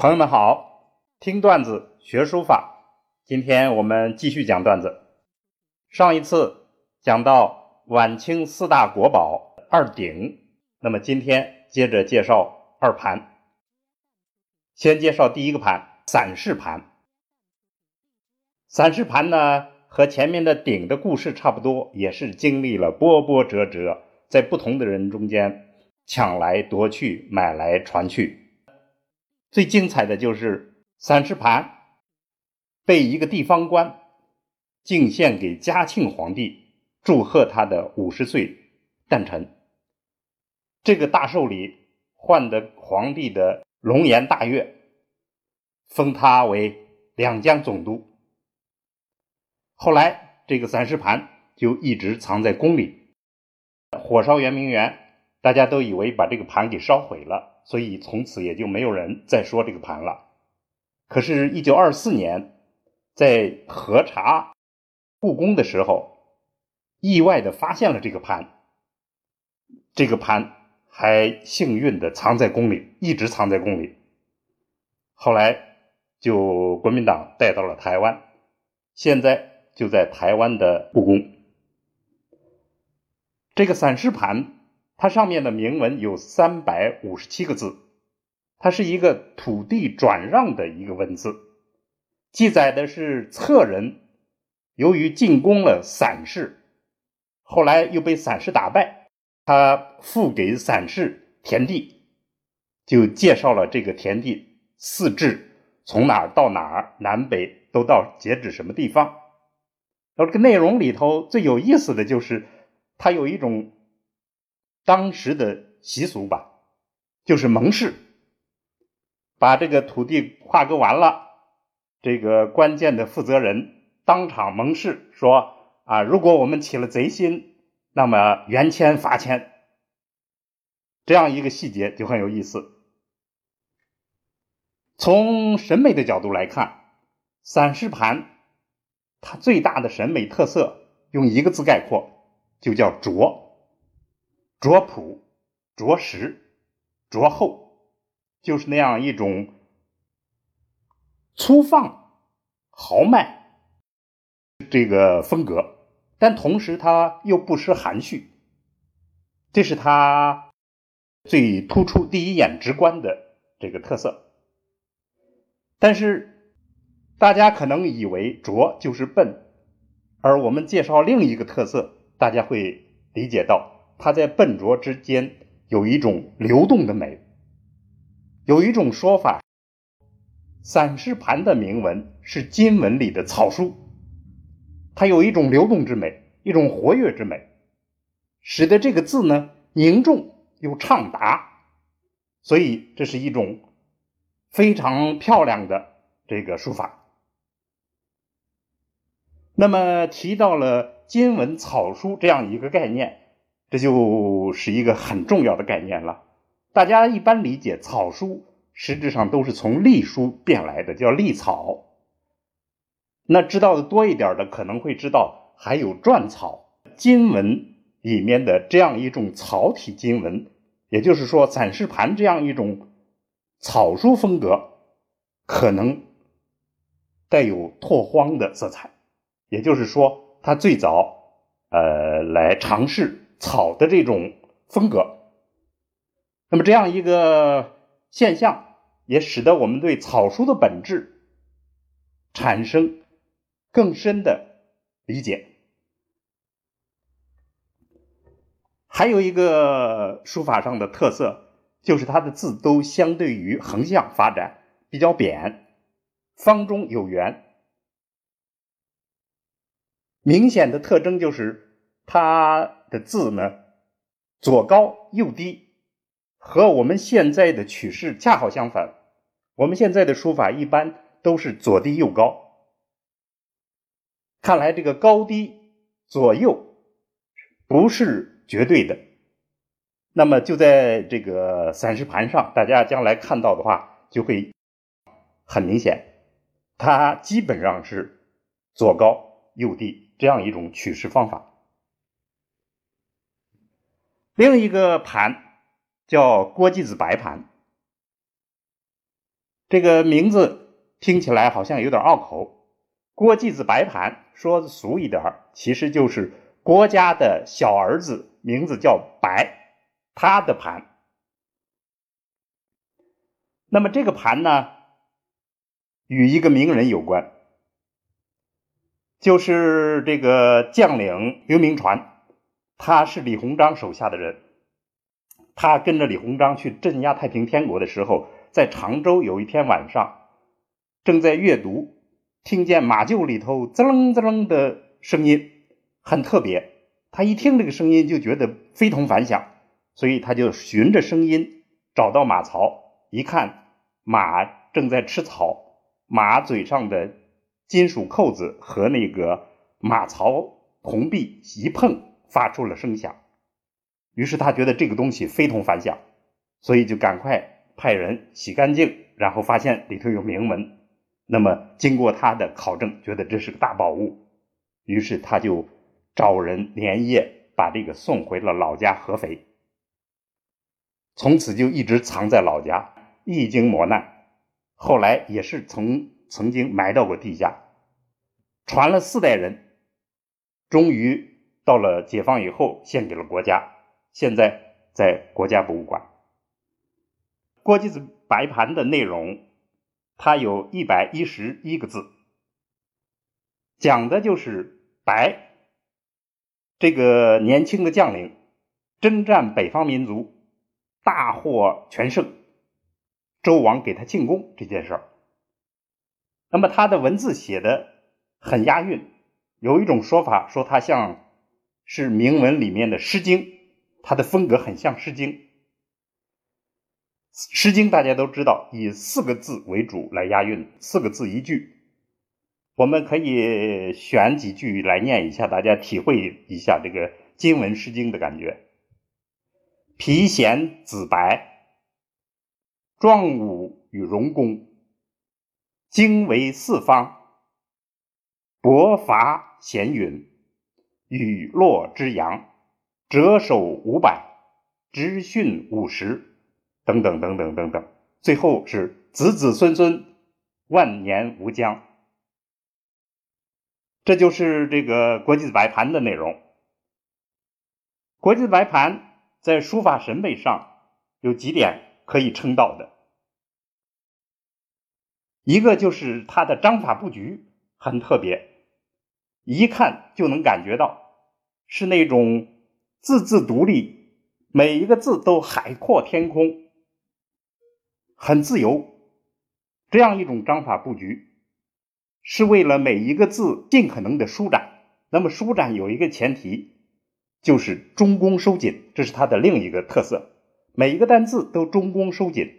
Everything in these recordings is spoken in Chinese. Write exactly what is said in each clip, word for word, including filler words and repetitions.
朋友们好，听段子学书法，今天我们继续讲段子。上一次讲到晚清四大国宝二鼎，那么今天接着介绍二盘。先介绍第一个盘，散氏盘。散氏盘呢，和前面的鼎的故事差不多，也是经历了波波折折，在不同的人中间抢来夺去，买来传去。最精彩的就是散氏盘被一个地方官敬献给嘉庆皇帝，祝贺他的五十岁诞辰。这个大寿礼换得皇帝的龙颜大悦，封他为两江总督。后来这个散氏盘就一直藏在宫里，火烧圆明园，大家都以为把这个盘给烧毁了，所以从此也就没有人再说这个盘了。可是一九二四年在核查故宫的时候，意外的发现了这个盘，这个盘还幸运的藏在宫里，一直藏在宫里。后来就国民党带到了台湾，现在就在台湾的故宫。这个散氏盘它上面的铭文有三百五十七个字，它是一个土地转让的一个文字，记载的是策人由于进攻了散氏，后来又被散氏打败，他付给散氏田地，就介绍了这个田地四至从哪儿到哪儿，南北都到截止什么地方。而这个内容里头最有意思的就是它有一种当时的习俗吧，就是盟誓，把这个土地划割完了，这个关键的负责人当场盟誓说啊，如果我们起了贼心，那么原签罚签。这样一个细节就很有意思。从审美的角度来看，散氏盘它最大的审美特色用一个字概括，就叫拙。拙朴、拙实、拙厚，就是那样一种粗放豪迈这个风格，但同时它又不失含蓄，这是它最突出第一眼直观的这个特色。但是大家可能以为拙就是笨，而我们介绍另一个特色，大家会理解到它在笨拙之间有一种流动的美。有一种说法，散氏盘的铭文是金文里的草书，它有一种流动之美，一种活跃之美，使得这个字呢凝重又畅达，所以这是一种非常漂亮的这个书法。那么提到了金文草书这样一个概念，这就是一个很重要的概念了。大家一般理解草书实质上都是从隶书变来的，叫隶草。那知道的多一点的可能会知道还有篆草，金文里面的这样一种草体金文，也就是说散氏盘这样一种草书风格可能带有拓荒的色彩，也就是说他最早呃来尝试草的这种风格。那么这样一个现象也使得我们对草书的本质产生更深的理解。还有一个书法上的特色，就是它的字都相对于横向发展，比较扁，方中有圆。明显的特征就是它的字呢左高右低，和我们现在的曲式恰好相反。我们现在的书法一般都是左低右高，看来这个高低左右不是绝对的。那么就在这个散氏盘上，大家将来看到的话就会很明显，它基本上是左高右低这样一种曲式方法。另一个盘叫郭季子白盘， 这个名字听起来好像有点拗口，郭季字白盘，说俗一点，其实就是郭家的小儿子，名字叫白，他的盘。那么这个盘呢，与一个名人有关，就是这个将领刘铭传，他是李鸿章手下的人，他跟着李鸿章去镇压太平天国的时候，在常州有一天晚上，正在阅读，听见马厩里头滋楞滋楞的声音，很特别，他一听这个声音就觉得非同凡响，所以他就循着声音找到马槽，一看马正在吃草，马嘴上的金属扣子和那个马槽铜壁一碰，发出了声响，于是他觉得这个东西非同凡响，所以就赶快派人洗干净，然后发现里头有铭文。那么经过他的考证，觉得这是个大宝物，于是他就找人连夜把这个送回了老家合肥，从此就一直藏在老家，历经磨难，后来也是曾曾经埋到过地下，传了四代人，终于到了解放以后献给了国家，现在在国家博物馆。郭季字白盘的内容，它有一百一十一个字，讲的就是白这个年轻的将领征战北方民族，大获全胜，周王给他庆功这件事儿。那么他的文字写的很押韵，有一种说法说他像是铭文里面的诗经，他的风格很像诗经。诗经大家都知道以四个字为主来押韵，四个字一句，我们可以选几句来念一下，大家体会一下这个今文诗经的感觉。皮弦紫白，壮武与荣公，经为四方，博伐闲云，雨落之阳，折首五百，直训五十，等等等等等等，最后是子子孙孙万年无疆。这就是这个国际白盘的内容。国际白盘在书法审美上有几点可以称道的，一个就是它的章法布局很特别，一看就能感觉到是那种字字独立，每一个字都海阔天空，很自由。这样一种章法布局是为了每一个字尽可能的舒展，那么舒展有一个前提，就是中宫收紧，这是它的另一个特色，每一个单字都中宫收紧，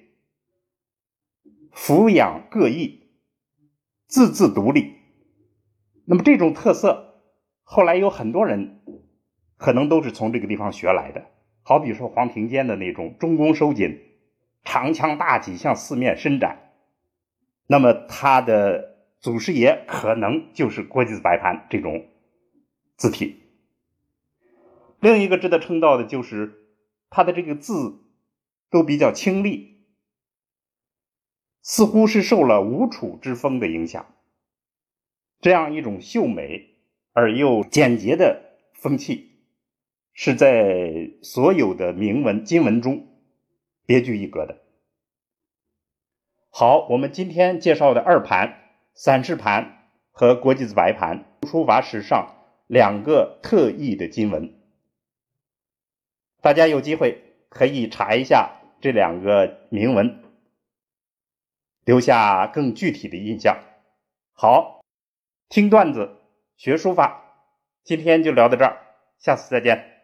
俯仰各异，字字独立。那么这种特色后来有很多人可能都是从这个地方学来的，好比说黄庭坚的那种中宫收紧，长枪大戟向四面伸展，那么他的祖师爷可能就是国际字白盘这种字体。另一个值得称道的就是他的这个字都比较清丽，似乎是受了吴楚之风的影响，这样一种秀美而又简洁的风气是在所有的铭文金文中别具一格的。好，我们今天介绍的二盘、散氏盘和国际字白盘，书法史上两个特异的金文，大家有机会可以查一下这两个铭文，留下更具体的印象。好，听段子学书法，今天就聊到这儿，下次再见。